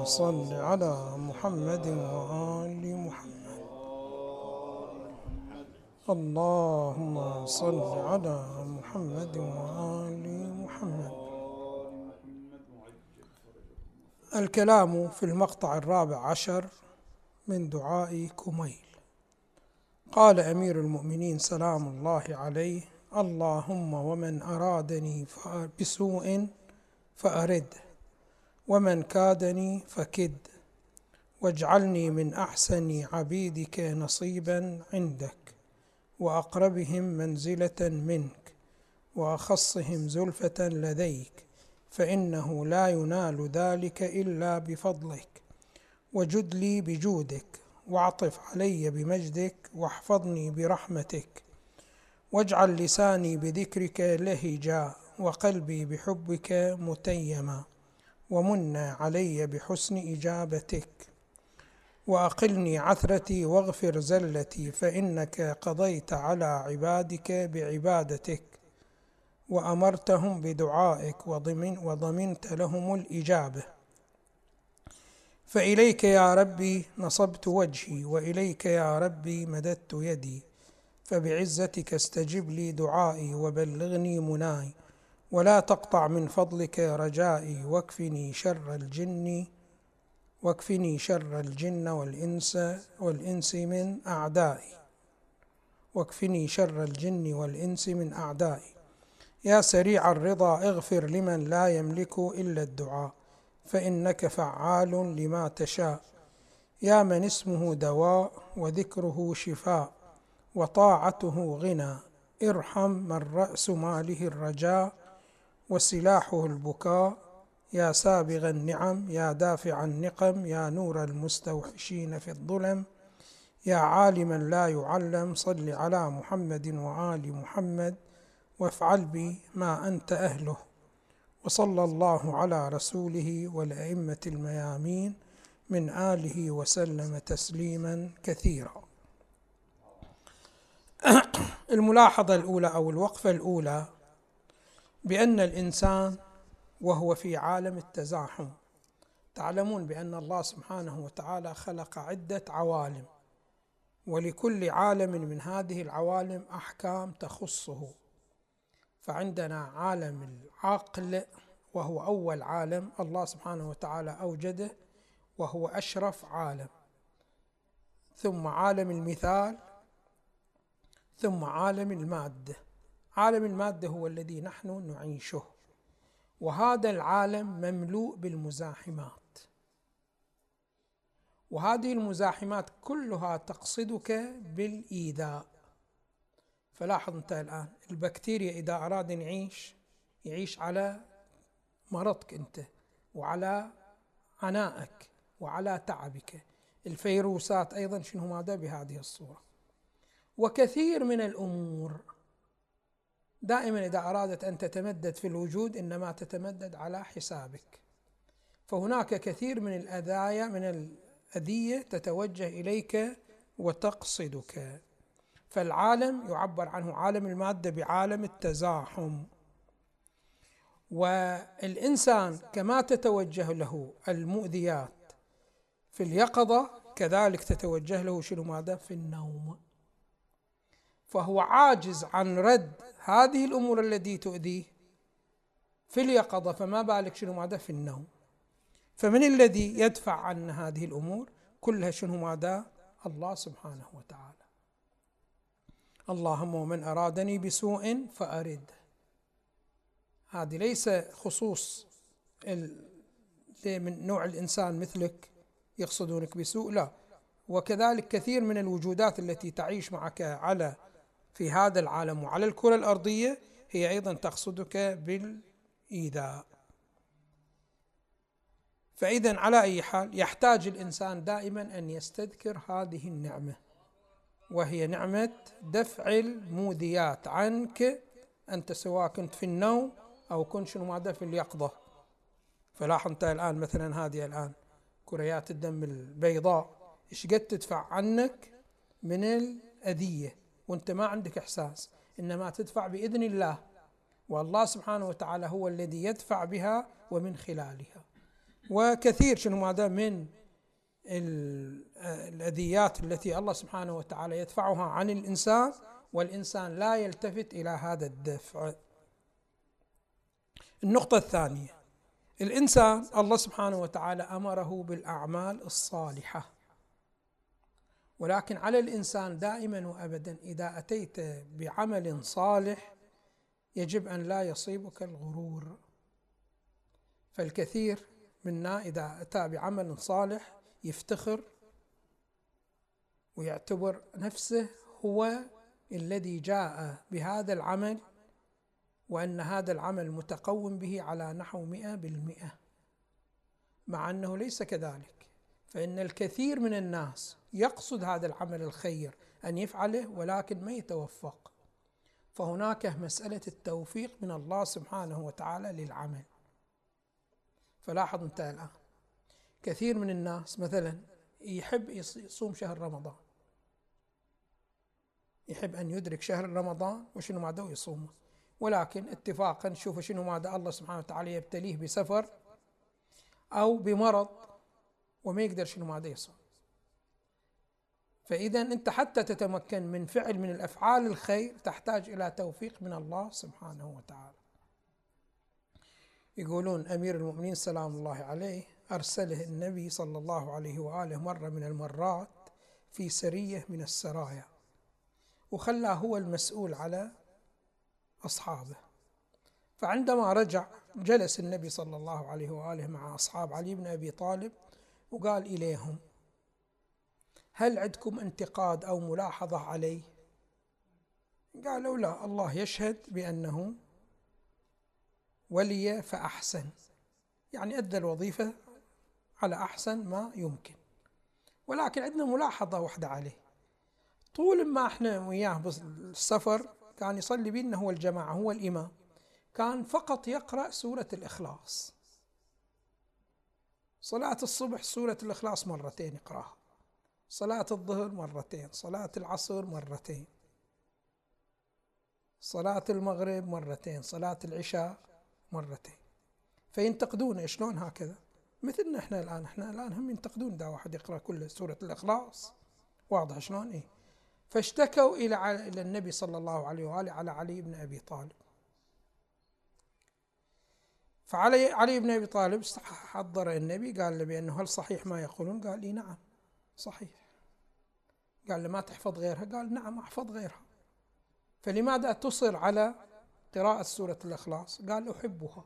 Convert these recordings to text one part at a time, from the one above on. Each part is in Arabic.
صل على محمد وآل محمد. اللهم صل على محمد وآل محمد. الكلام في المقطع 14 من دعاء كميل. قال أمير المؤمنين سلام الله عليه: اللهم ومن أرادني بسوء فأرده، ومن كادني فكد، واجعلني من أحسن عبيدك نصيبا عندك، وأقربهم منزلة منك، وأخصهم زلفة لديك، فإنه لا ينال ذلك إلا بفضلك، وجد لي بجودك، واعطف علي بمجدك، واحفظني برحمتك، واجعل لساني بذكرك لهجا، وقلبي بحبك متيما، ومن علي بحسن إجابتك، وأقلني عثرتي واغفر زلتي، فإنك قضيت على عبادك بعبادتك، وأمرتهم بدعائك، وضمنت لهم الإجابة. فإليك يا ربي نصبت وجهي، وإليك يا ربي مددت يدي، فبعزتك استجب لي دعائي، وبلغني مناي، ولا تقطع من فضلك رجائي، واكفني شر الجن والإنس من أعدائي، واكفني شر الجن والإنس من أعدائي. يا سريع الرضا اغفر لمن لا يملك إلا الدعاء، فإنك فعال لما تشاء. يا من اسمه دواء وذكره شفاء، وطاعته غنى، ارحم من رأس ماله الرجاء، وسلاحه البكاء. يا سابغ النعم، يا دافع النقم، يا نور المستوحشين في الظلم، يا عالما لا يعلم، صل على محمد وآل محمد، وافعل بي ما أنت أهله. وصلى الله على رسوله والأئمة الميامين من آله وسلم تسليما كثيرا. الملاحظة الأولى أو الوقفة الأولى بأن الإنسان وهو في عالم التزاحم، تعلمون بأن الله سبحانه وتعالى خلق عدة عوالم، ولكل عالم من هذه العوالم أحكام تخصه. فعندنا عالم العقل، وهو أول عالم الله سبحانه وتعالى أوجده، وهو أشرف عالم، ثم عالم المثال، ثم عالم المادة. عالم المادة هو الذي نحن نعيشه، وهذا العالم مملوء بالمزاحمات، وهذه المزاحمات كلها تقصدك بالإيذاء. فلاحظ أنت الآن البكتيريا إذا أراد يعيش على مرضك أنت، وعلى عنائك، وعلى تعبك. الفيروسات أيضا شنو ماذا بهذه الصورة. وكثير من الأمور دائما إذا أرادت أن تتمدد في الوجود إنما تتمدد على حسابك. فهناك كثير من الأذية تتوجه إليك وتقصدك. فالعالم يعبر عنه عالم المادة بعالم التزاحم، والإنسان كما تتوجه له المؤذيات في اليقظة كذلك تتوجه له شنو ماذا في النوم. فهو عاجز عن رد هذه الأمور التي تؤذيه في اليقظة، فما بالك شنو ماذا في النوم. فمن الذي يدفع عن هذه الأمور كلها شنو ماذا؟ الله سبحانه وتعالى. اللهم ومن أرادني بسوء فأرده. هذه ليس خصوص من نوع الإنسان مثلك يقصدونك بسوء، لا. وكذلك كثير من الوجودات التي تعيش معك في هذا العالم وعلى الكرة الأرضية هي أيضا تقصدك بالإيذاء. فإذا على أي حال يحتاج الإنسان دائما أن يستذكر هذه النعمة، وهي نعمة دفع المؤذيات عنك أنت، سواء كنت في النوم أو كنت شنو ماذا في اليقظة. فلاحظ أنت الآن مثلا هذه الآن كريات الدم البيضاء إيش قد تدفع عنك من الأذية وأنت ما عندك إحساس، إنما تدفع بإذن الله، والله سبحانه وتعالى هو الذي يدفع بها ومن خلالها. وكثير شنو ماذا من الأذيات التي الله سبحانه وتعالى يدفعها عن الإنسان، والإنسان لا يلتفت إلى هذا الدفع. النقطة الثانية، الإنسان الله سبحانه وتعالى أمره بالأعمال الصالحة، ولكن على الإنسان دائما وأبدا إذا أتيت بعمل صالح يجب أن لا يصيبك الغرور. فالكثير منا إذا أتى بعمل صالح يفتخر ويعتبر نفسه هو الذي جاء بهذا العمل، وأن هذا العمل متقوم به على نحو 100%، مع أنه ليس كذلك. فإن الكثير من الناس يقصد هذا العمل الخير أن يفعله ولكن ما يتوفق، فهناك مسألة التوفيق من الله سبحانه وتعالى للعمل. فلاحظ أنت الآن كثير من الناس مثلا يحب يصوم شهر رمضان، يحب أن يدرك شهر رمضان وشنو ماذا يصومه، ولكن اتفاقا شوف شنو ماذا الله سبحانه وتعالى يبتليه بسفر أو بمرض وما يقدر شنو ماذا يصوم. فإذا أنت حتى تتمكن من فعل من الأفعال الخير تحتاج إلى توفيق من الله سبحانه وتعالى. يقولون أمير المؤمنين سلام الله عليه أرسله النبي صلى الله عليه وآله مرة من المرات في سرية من السرايا، وخلاه هو المسؤول على أصحابه. فعندما رجع جلس النبي صلى الله عليه وآله مع أصحاب علي بن أبي طالب وقال إليهم: هل عندكم انتقاد أو ملاحظة عليه؟ قالوا: لا، الله يشهد بأنه ولي فأحسن، يعني أدى الوظيفة على أحسن ما يمكن، ولكن عندنا ملاحظة واحدة عليه. طول ما احنا وياه بالسفر كان يصلي بينا هو الجماعة، هو الإمام، كان فقط يقرأ سورة الإخلاص. صلاة الصبح سورة الإخلاص مرتين يقرأها، صلاة الظهر مرتين، صلاة العصر مرتين، صلاة المغرب مرتين، صلاة العشاء مرتين. فينتقدون شلون هكذا؟ مثلنا احنا الآن هم ينتقدون دا واحد يقرأ كل سورة الإخلاص، واضح شلون إيه؟ فاشتكوا إلى النبي صلى الله عليه وآله على علي بن أبي طالب. علي بن أبي طالب حضر النبي، قال له بأنه هل صحيح ما يقولون؟ قال لي نعم صحيح. قال له ما تحفظ غيرها؟ قال نعم أحفظ غيرها. فلماذا تصر على قراءة سورة الإخلاص؟ قال أحبها.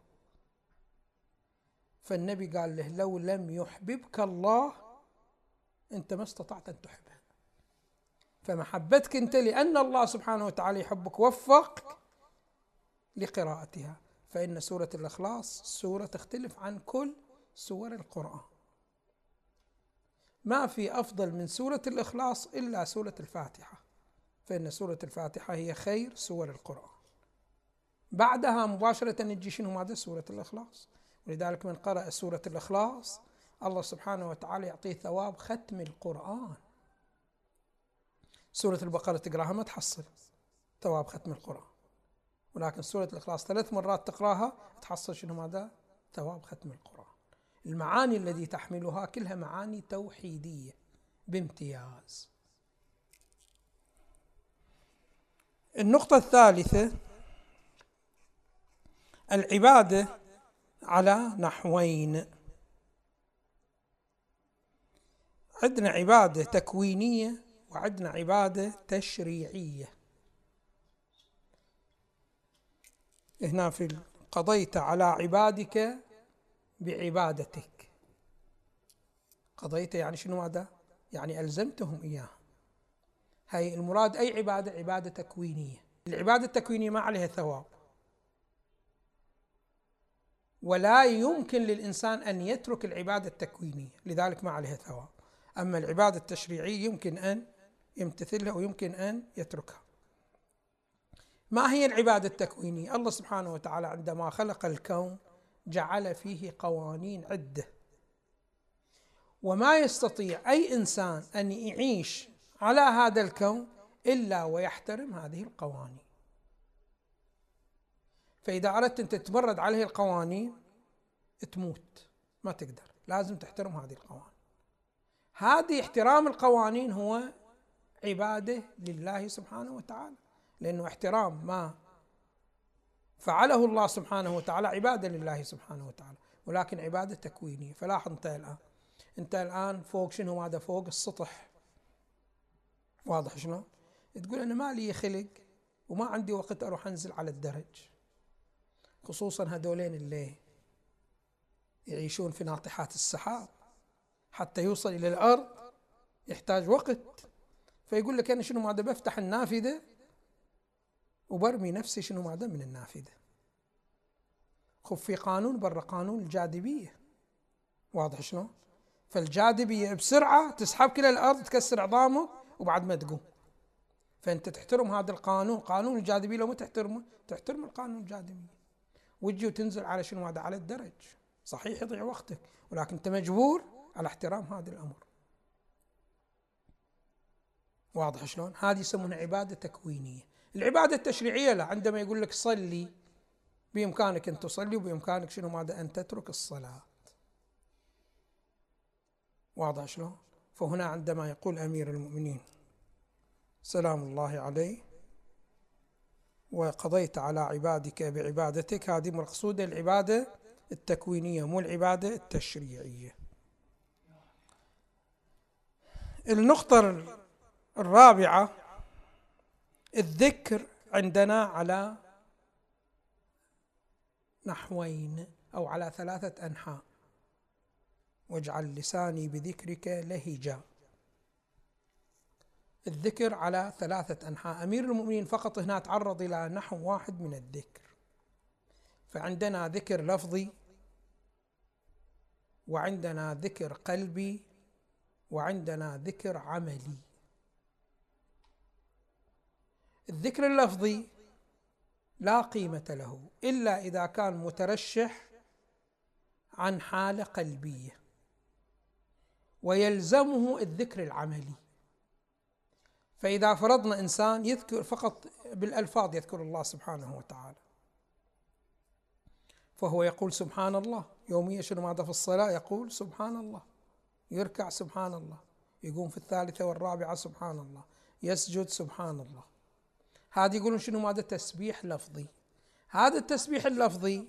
فالنبي قال له لو لم يحببك الله أنت ما استطعت أن تحبها، فمحبتك أنت لأن الله سبحانه وتعالى يحبك وفقك لقراءتها. فإن سورة الإخلاص سورة تختلف عن كل سور القرآن، ما في أفضل من سورة الإخلاص إلا سورة الفاتحة، فإن سورة الفاتحة هي خير سور القرآن. بعدها مباشرة نجي شنو ماذا؟ سورة الإخلاص. ولذلك من قرأ سورة الإخلاص الله سبحانه وتعالى يعطيه ثواب ختم القرآن. سورة البقرة تقراها ما تحصل ثواب ختم القرآن، ولكن سورة الإخلاص 3 مرات تقراها تحصل شنو ماذا؟ ثواب ختم القرآن. المعاني التي تحملها كلها معاني توحيدية بامتياز. النقطة الثالثة، العبادة على نحوين. عندنا عبادة تكوينية وعندنا عبادة تشريعية. هنا في قضيت على عبادك بعبادتك. قضيت يعني شنو هذا؟ يعني ألزمتهم إياه. هاي المراد أي عبادة؟ عبادة تكوينية. العبادة التكوينية ما عليها ثواب، ولا يمكن للإنسان أن يترك العبادة التكوينية، لذلك ما عليها ثواب. أما العبادة التشريعية يمكن أن يمتثلها ويمكن أن يتركها. ما هي العبادة التكوينية؟ الله سبحانه وتعالى عندما خلق الكون جعل فيه قوانين عدة، وما يستطيع أي إنسان أن يعيش على هذا الكون إلا ويحترم هذه القوانين. فإذا أردت أن تتمرد عليه القوانين تموت، ما تقدر. لازم تحترم هذه القوانين. هذه احترام القوانين هو عبادة لله سبحانه وتعالى، لأنه احترام ما فعله الله سبحانه وتعالى عبادة لله سبحانه وتعالى، ولكن عبادة تكوينية. فلاحظ أنت الآن فوق شنو هذا؟ فوق السطح. واضح شلون؟ تقول أنا ما لي خلق وما عندي وقت أروح أنزل على الدرج، خصوصا هذولين اللي يعيشون في ناطحات السحاب، حتى يوصل إلى الأرض يحتاج وقت. فيقول لك أنا شنو ماذا؟ بفتح النافذة وبرمي نفسي شنو ماذا من النافذة. خف في قانون برا قانون الجاذبية. واضح شلون؟ فالجاذبية بسرعة تسحبك إلى الأرض، تكسر عظامك وبعد ما تقوم. فأنت تحترم هذا القانون، قانون الجاذبية. لو ما تحترم القانون الجاذبية وتجي وتنزل على شنو هذا؟ على الدرج. صحيح يضيع وقتك، ولكن أنت مجبور على احترام هذا الأمر. واضح شلون؟ هذه يسمونها عبادة تكوينية. العبادة التشريعية لا، عندما يقول لك صلي بإمكانك أن تصلي وبإمكانك شنو ماذا؟ أن تترك الصلاة. واضح شلون؟ فهنا عندما يقول أمير المؤمنين سلام الله عليه وقضيت على عبادك بعبادتك، هذه مقصودة العبادة التكوينية مو العبادة التشريعية. النقطة الرابعة، الذكر عندنا على نحوين أو على 3 أنحاء. واجعل لساني بذكرك لهجا. الذكر على 3 أنحاء. أمير المؤمنين فقط هنا تعرض إلى نحو واحد من الذكر. فعندنا ذكر لفظي، وعندنا ذكر قلبي، وعندنا ذكر عملي. الذكر اللفظي لا قيمة له إلا إذا كان مترشح عن حالة قلبية، ويلزمه الذكر العملي. فإذا فرضنا إنسان يذكر فقط بالألفاظ، يذكر الله سبحانه وتعالى، فهو يقول سبحان الله يوميا، شنو ماذا في الصلاة يقول سبحان الله، يركع سبحان الله، يقوم في 3 والرابعة سبحان الله، يسجد سبحان الله. هذا يقولون شنو ماذا؟ تسبيح لفظي. هذا التسبيح اللفظي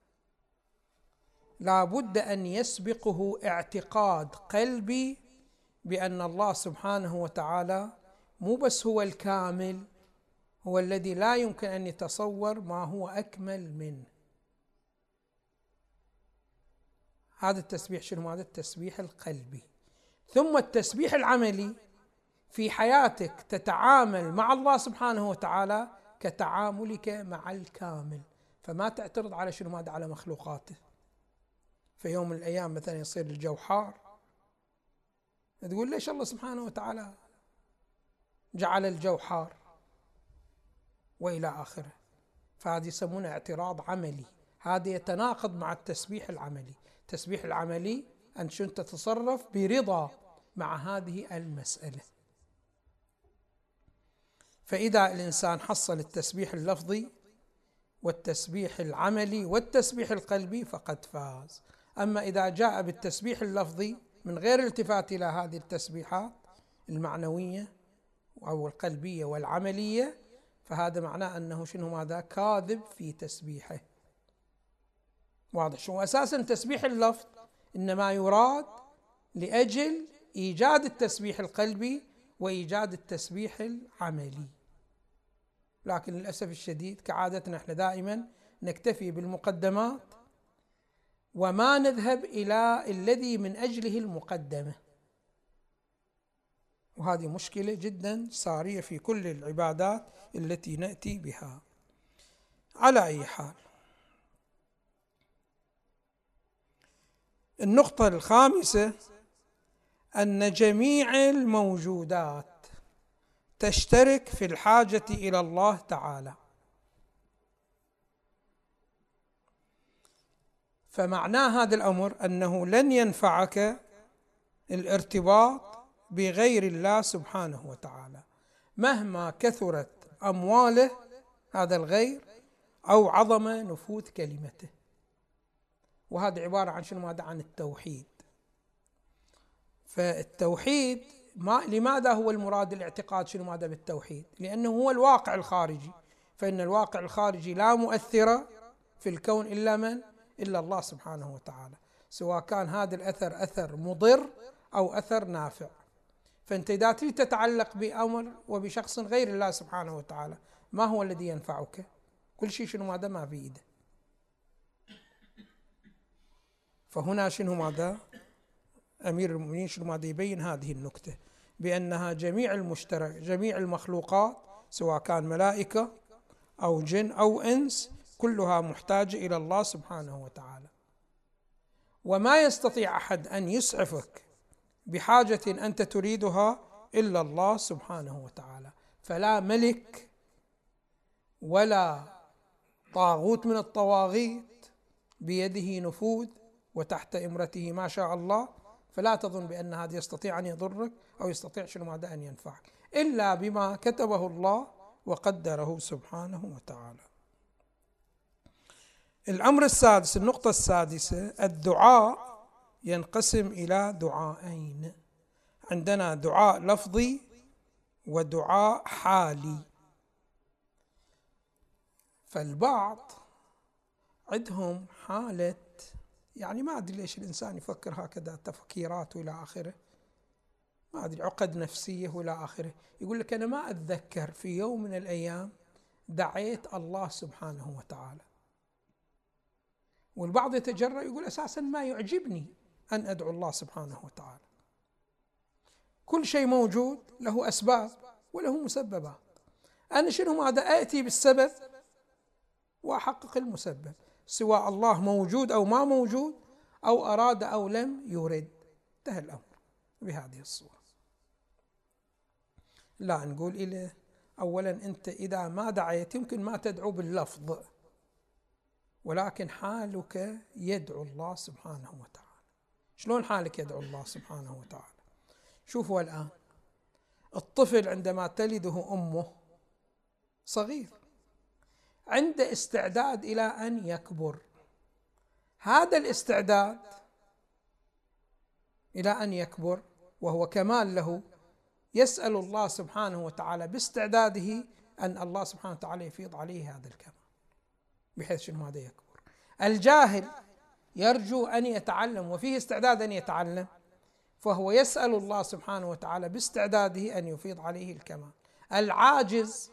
لا بد أن يسبقه اعتقاد قلبي بأن الله سبحانه وتعالى مو بس هو الكامل، هو الذي لا يمكن أن يتصور ما هو أكمل منه. هذا التسبيح شنو هذا؟ التسبيح القلبي. ثم التسبيح العملي، في حياتك تتعامل مع الله سبحانه وتعالى كتعاملك مع الكامل، فما تعترض على شنو ماذا؟ على مخلوقاته. في يوم من الأيام مثلا يصير الجو حار، تقول ليش الله سبحانه وتعالى جعل الجو حار وإلى آخره. فهذا يسمونه اعتراض عملي. هذا يتناقض مع التسبيح العملي. التسبيح العملي أن شنو تتصرف برضا مع هذه المسألة. فإذا الإنسان حصل التسبيح اللفظي والتسبيح العملي والتسبيح القلبي فقد فاز. أما إذا جاء بالتسبيح اللفظي من غير التفات إلى هذه التسبيحات المعنوية أو القلبية والعملية، فهذا معناه أنه شنو ماذا؟ كاذب في تسبيحه. واضح شو أساسا تسبيح اللفظ إنما يراد لأجل إيجاد التسبيح القلبي وإيجاد التسبيح العملي. لكن للأسف الشديد كعادتنا احنا دائما نكتفي بالمقدمات وما نذهب إلى الذي من أجله المقدمة، وهذه مشكلة جدا صارية في كل العبادات التي نأتي بها. على أي حال، النقطة الخامسة أن جميع الموجودات تشترك في الحاجة إلى الله تعالى. فمعنى هذا الأمر أنه لن ينفعك الارتباط بغير الله سبحانه وتعالى مهما كثرت أمواله هذا الغير أو عظم نفوذ كلمته. وهذا عبارة عن شنو؟ ماذا؟ عن التوحيد. فالتوحيد لماذا هو المراد الاعتقاد شنو ماذا بالتوحيد؟ لأنه هو الواقع الخارجي، فإن الواقع الخارجي لا مؤثر في الكون إلا من؟ إلا الله سبحانه وتعالى، سواء كان هذا الأثر أثر مضر أو أثر نافع. فأنت إذا تريد تتعلق بأمر وبشخص غير الله سبحانه وتعالى، ما هو الذي ينفعك؟ كل شيء شنو ماذا ما بيده. فهنا شنو ماذا أمير المؤمنين شنو ماذا يبين هذه النكتة، بأنها جميع المشترك، جميع المخلوقات سواء كان ملائكة أو جن أو إنس، كلها محتاجة إلى الله سبحانه وتعالى، وما يستطيع أحد أن يسعفك بحاجة أنت تريدها إلا الله سبحانه وتعالى. فلا ملك ولا طاغوت من الطواغيت بيده نفوذ وتحت إمرته ما شاء الله، فلا تظن بأن هذا يستطيع أن يضرك أو يستطيع شنو ماذا أن ينفعك إلا بما كتبه الله وقدره سبحانه وتعالى. الأمر السادس، النقطة السادسة، الدعاء ينقسم إلى دعائين، عندنا دعاء لفظي ودعاء حالي. فالبعض عندهم حالة، يعني ما أدري ليش الإنسان يفكر هكذا تفكيرات وإلى آخره، ما أدري عقد نفسية وإلى آخره، يقول لك أنا ما أتذكر في يوم من الأيام دعيت الله سبحانه وتعالى. والبعض يتجرأ يقول أساسا ما يعجبني أن أدعو الله سبحانه وتعالى، كل شيء موجود له أسباب وله مسببات، أنا شنو ماذا آتي بالسبب وأحقق المسبب، سواء الله موجود أو ما موجود أو أراد أو لم يرد، انتهى الأمر بهذه الصورة. لا نقول إليه أولا أنت إذا ما دعيت يمكن ما تدعو باللفظ، ولكن حالك يدعو الله سبحانه وتعالى. شلون حالك يدعو الله سبحانه وتعالى؟ شوفوا الآن الطفل عندما تلده أمه صغير، عنده استعداد إلى أن يكبر، هذا الاستعداد إلى أن يكبر وهو كمال له، يسأل الله سبحانه وتعالى باستعداده أن الله سبحانه وتعالى يفيض عليه هذا الكمال بحيث شنو هذا يكبر. الجاهل يرجو أن يتعلم وفيه استعداد أن يتعلم، فهو يسأل الله سبحانه وتعالى باستعداده أن يفيض عليه الكمال. العاجز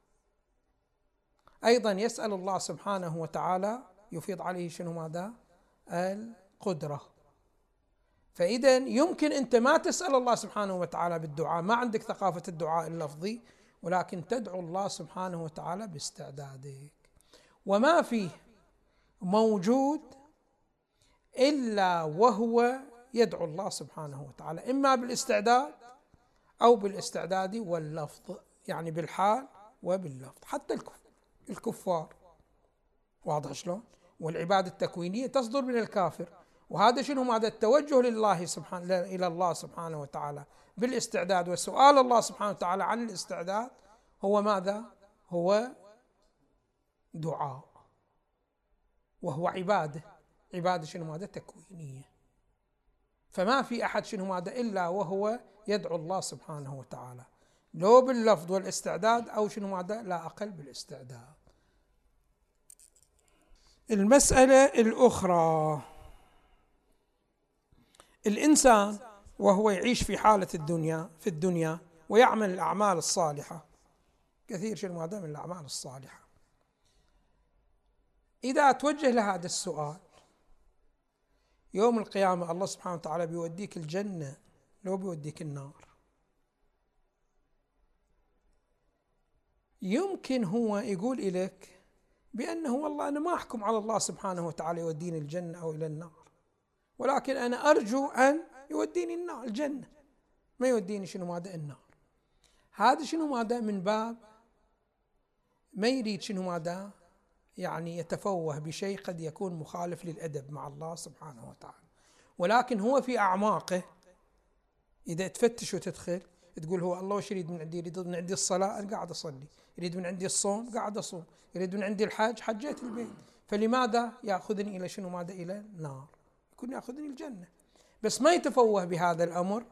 أيضا يسأل الله سبحانه وتعالى يفيض عليه شنو ماذا؟ القدرة. فإذا يمكن أنت ما تسأل الله سبحانه وتعالى بالدعاء، ما عندك ثقافة الدعاء اللفظي، ولكن تدعو الله سبحانه وتعالى باستعدادك. وما فيه موجود إلا وهو يدعو الله سبحانه وتعالى، إما بالاستعداد أو بالاستعداد واللفظ، يعني بالحال وباللفظ. حتى الكفار واضح شلون؟ والعبادة التكوينية تصدر من الكافر، وهذا شنو؟ هذا التوجه لله سبحانه، إلى الله سبحانه وتعالى بالاستعداد، وسؤال الله سبحانه وتعالى عن الاستعداد هو ماذا؟ هو دعاء، وهو عبادة شنو؟ هذا تكوينية. فما في أحد شنو هذا إلا وهو يدعو الله سبحانه وتعالى، لو باللفظ والاستعداد أو شنو هذا لا أقل بالاستعداد. المسألة الأخرى، الإنسان وهو يعيش في حالة الدنيا ويعمل الأعمال الصالحة، كثير شنو هذا من الأعمال الصالحة، إذا توجه لهذا السؤال يوم القيامة الله سبحانه وتعالى بيوديك الجنة لو بيوديك النار، يمكن هو يقول إليك بأنه والله أنا ما أحكم على الله سبحانه وتعالى يوديني الجنة أو إلى النار، ولكن أنا أرجو أن يوديني الجنة، ما يوديني شنو ماذا النار. هذا شنو ماذا من باب ما يريد شنو ماذا يعني يتفوه بشيء قد يكون مخالف للأدب مع الله سبحانه وتعالى، ولكن هو في أعماقه إذا تفتش وتدخل تقول هو الله وش يريد من عندي؟ يريد من عندي الصلاة أنا قاعد أصلي، يريد من عندي الصوم قاعد أصوم، يريد من عندي الحج حجيت البيت، فلماذا يأخذني إلى شنو ماذا؟ إلى النار، يكون يأخذني الجنة. بس ما يتفوه بهذا الأمر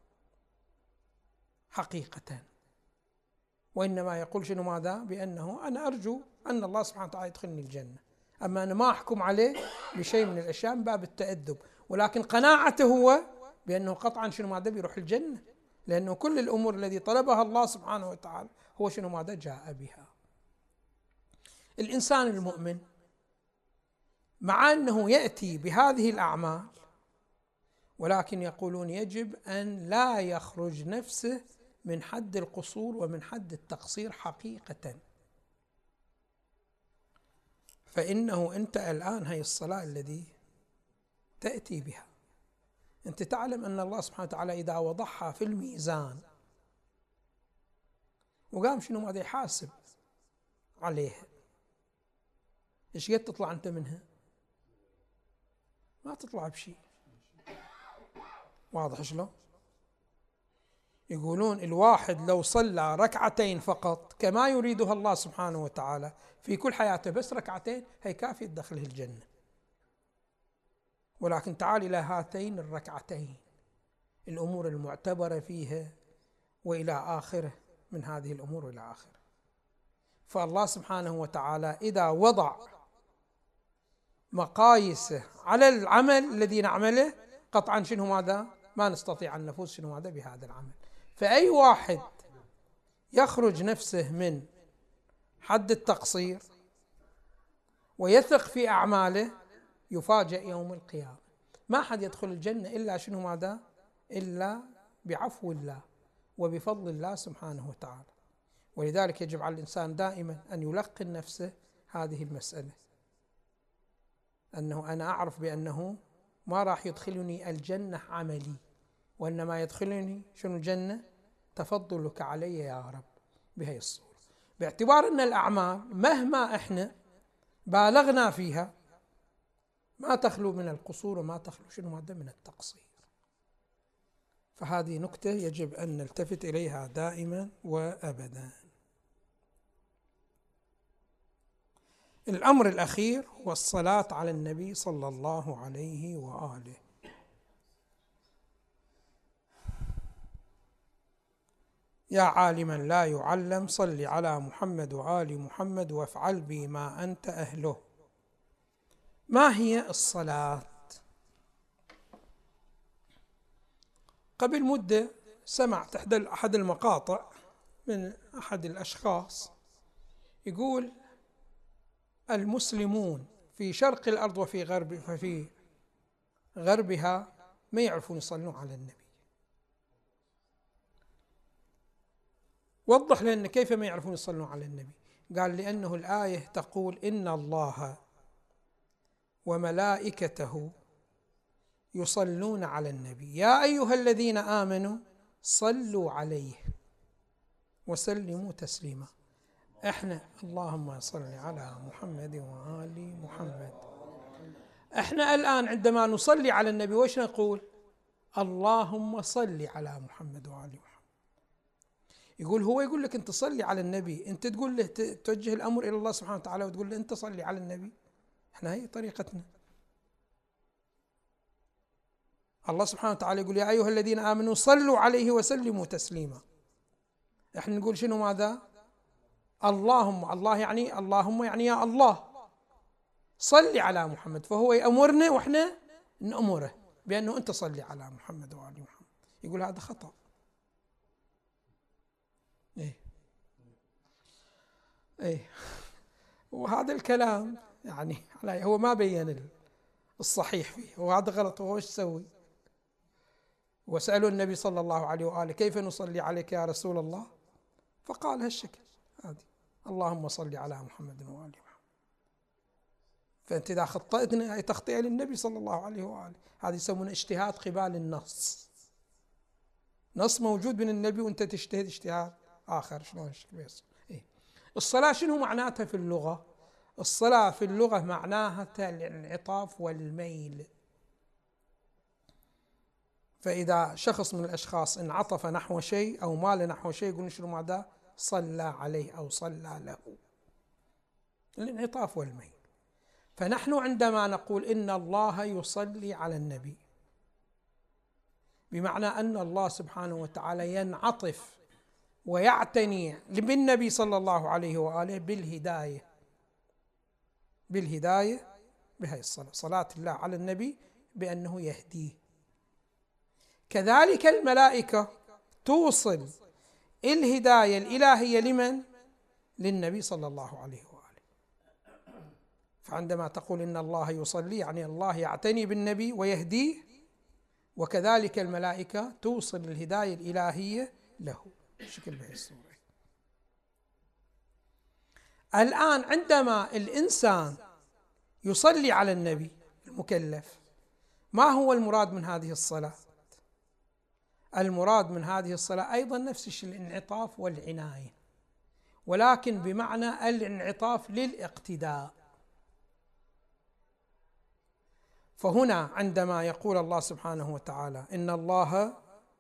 حقيقة، وإنما يقول شنو ماذا؟ بأنه أنا أرجو أن الله سبحانه وتعالى يدخلني الجنة، أما أنا ما أحكم عليه بشيء من الأشياء من باب التأدب، ولكن قناعته هو بأنه قطعا شنو ماذا؟ بيروح الجنة، لأنه كل الأمور التي طلبها الله سبحانه وتعالى هو شنو ماذا؟ جاء بها. الإنسان المؤمن مع أنه يأتي بهذه الأعمال، ولكن يقولون يجب أن لا يخرج نفسه من حد القصور ومن حد التقصير حقيقة. فإنه أنت الآن هي الصلاة التي تأتي بها، أنت تعلم أن الله سبحانه وتعالى إذا وضعها في الميزان وقام شنو ماذا يحاسب عليها، إيش قد تطلع أنت منها؟ ما تطلع بشيء. واضح شلون؟ يقولون الواحد لو صلى ركعتين فقط كما يريدها الله سبحانه وتعالى في كل حياته، بس ركعتين، هي كافية تدخله الجنة. ولكن تعال إلى هاتين الركعتين، الأمور المعتبرة فيها وإلى آخره من هذه الأمور وإلى آخره. فالله سبحانه وتعالى إذا وضع مقايسه على العمل الذي نعمله قطعا شنو ماذا؟ ما نستطيع أن نفوز شنو ماذا بهذا العمل. فأي واحد يخرج نفسه من حد التقصير ويثق في أعماله يفاجأ يوم القيامة. ما حد يدخل الجنة إلا شنو ماذا؟ إلا بعفو الله وبفضل الله سبحانه وتعالى. ولذلك يجب على الإنسان دائما أن يلقن نفسه هذه المسألة، أنه أنا أعرف بأنه ما راح يدخلني الجنة عملي، وإنما يدخلني شنو الجنة؟ تفضلك علي يا رب بهي الصورة. باعتبار أن الأعمال مهما إحنا بالغنا فيها ما تخلو من القصور وما تخلو شنو ماذا؟ من التقصير. فهذه نكتة يجب أن نلتفت إليها دائما وأبدا. الأمر الأخير هو الصلاة على النبي صلى الله عليه وآله. يا عالما لا يعلم صل على محمد وآل محمد وافعل بي ما أنت أهله. ما هي الصلاة؟ قبل مدة سمعت أحد المقاطع من أحد الأشخاص يقول المسلمون في شرق الأرض وفي غربها ما يعرفون يصلون على النبي. وضح لنا كيف ما يعرفون يصلون على النبي. قال لأنه الآية تقول إن الله وملائكته يصلون على النبي يا أيها الذين آمنوا صلوا عليه وسلموا تسليما. احنا اللهم صل على محمد وآل محمد. احنا الآن عندما نصلي على النبي وش نقول؟ اللهم صل على محمد وآل محمد. يقول هو يقول لك انت صلي على النبي، انت تقول له توجه الامر الى الله سبحانه وتعالى وتقول له انت صلي على النبي. احنا هي طريقتنا. الله سبحانه وتعالى يقول يا ايها الذين امنوا صلوا عليه وسلموا تسليما. احنا نقول شنو ماذا؟ اللهم، الله يعني اللهم يعني يا الله صلي على محمد، فهو يأمرنا واحنا نأمره بأنه أنت صلي على محمد وآل محمد. يقول هذا خطأ. إيه وهذا الكلام يعني هو ما بين الصحيح فيه، وهذا غلط. وهو ايش يسوي؟ وسألوا النبي صلى الله عليه وآله كيف نصلي عليك يا رسول الله؟ فقال هالشكل هذه اللهم صل على محمد وآل محمد. فأنت إذا خطأتنا أي تخطئة للنبي صلى الله عليه وآله، هذه يسمونه اجتهاد قبال النص. نص موجود من النبي وأنت تجتهد اجتهاد آخر. شلون بيصير؟ إيه؟ الصلاة شنو معناتها في اللغة؟ الصلاة في اللغة معناها الانعطاف والميل. فإذا شخص من الأشخاص انعطف نحو شيء أو مال نحو شيء يقولون شنو ماذا؟ صلى عليه أو صلى له. الانعطاف والميل. فنحن عندما نقول إن الله يصلي على النبي بمعنى أن الله سبحانه وتعالى ينعطف ويعتني بالنبي صلى الله عليه وآله بالهداية بهذه الصلاة، صلاة الله على النبي بأنه يهديه. كذلك الملائكة توصل الهداية الإلهية لمن؟ للنبي صلى الله عليه وآله. فعندما تقول إن الله يصلي يعني الله يعتني بالنبي ويهديه، وكذلك الملائكة توصل الهداية الإلهية له بشكل بهذه الصورة. الآن عندما الإنسان يصلي على النبي المكلف، ما هو المراد من هذه الصلاة؟ المراد من هذه الصلاة أيضا نفس الشيء، الانعطاف والعناية، ولكن بمعنى الانعطاف للاقتداء. فهنا عندما يقول الله سبحانه وتعالى إن الله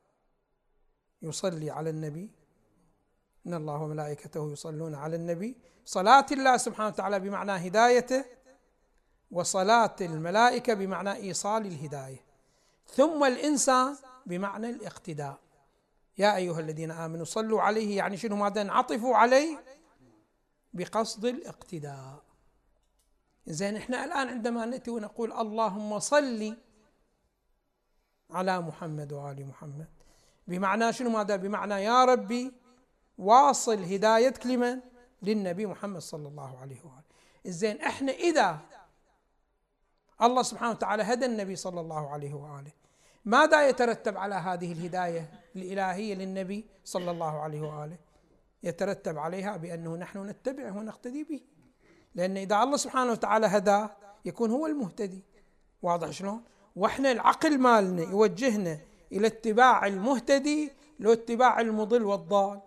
يصلي على النبي، إن الله وملائكته يصلون على النبي، صلاة الله سبحانه وتعالى بمعنى هدايته، وصلاة الملائكة بمعنى إيصال الهداية، ثم الإنسان بمعنى الاقتداء. يا أيها الذين آمنوا صلوا عليه، يعني شنو؟ ماذا؟ انعطفوا عليه بقصد الاقتداء. زين، احنا الآن عندما نأتي ونقول اللهم صل على محمد وآل محمد، بمعنى شنو؟ ماذا؟ بمعنى يا ربي واصل هدايتك لمن؟ للنبي محمد صلى الله عليه وآله. زين، احنا إذا الله سبحانه وتعالى هدى النبي صلى الله عليه وآله، ماذا يترتب على هذه الهداية الإلهية للنبي صلى الله عليه وآله؟ يترتب عليها بأنه نحن نتبعه ونقتدي به، لأن إذا الله سبحانه وتعالى هداه يكون هو المهتدي. واضح شلون؟ وإحنا العقل مالنا يوجهنا إلى اتباع المهتدي لو اتباع المضل والضال.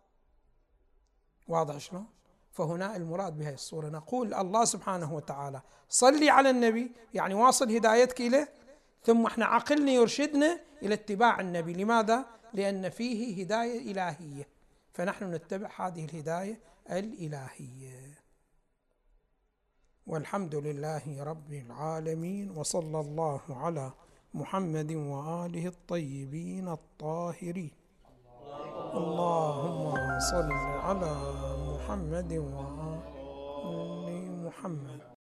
واضح شلون؟ فهنا المراد بهذه الصورة نقول الله سبحانه وتعالى صلي على النبي، يعني واصل هدايتك إليه، ثم احنا عقلنا يرشدنا إلى اتباع النبي. لماذا؟ لأن فيه هداية إلهية، فنحن نتبع هذه الهداية الإلهية. والحمد لله رب العالمين، وصلى الله على محمد وآله الطيبين الطاهرين. اللهم صل على محمد وآل محمد.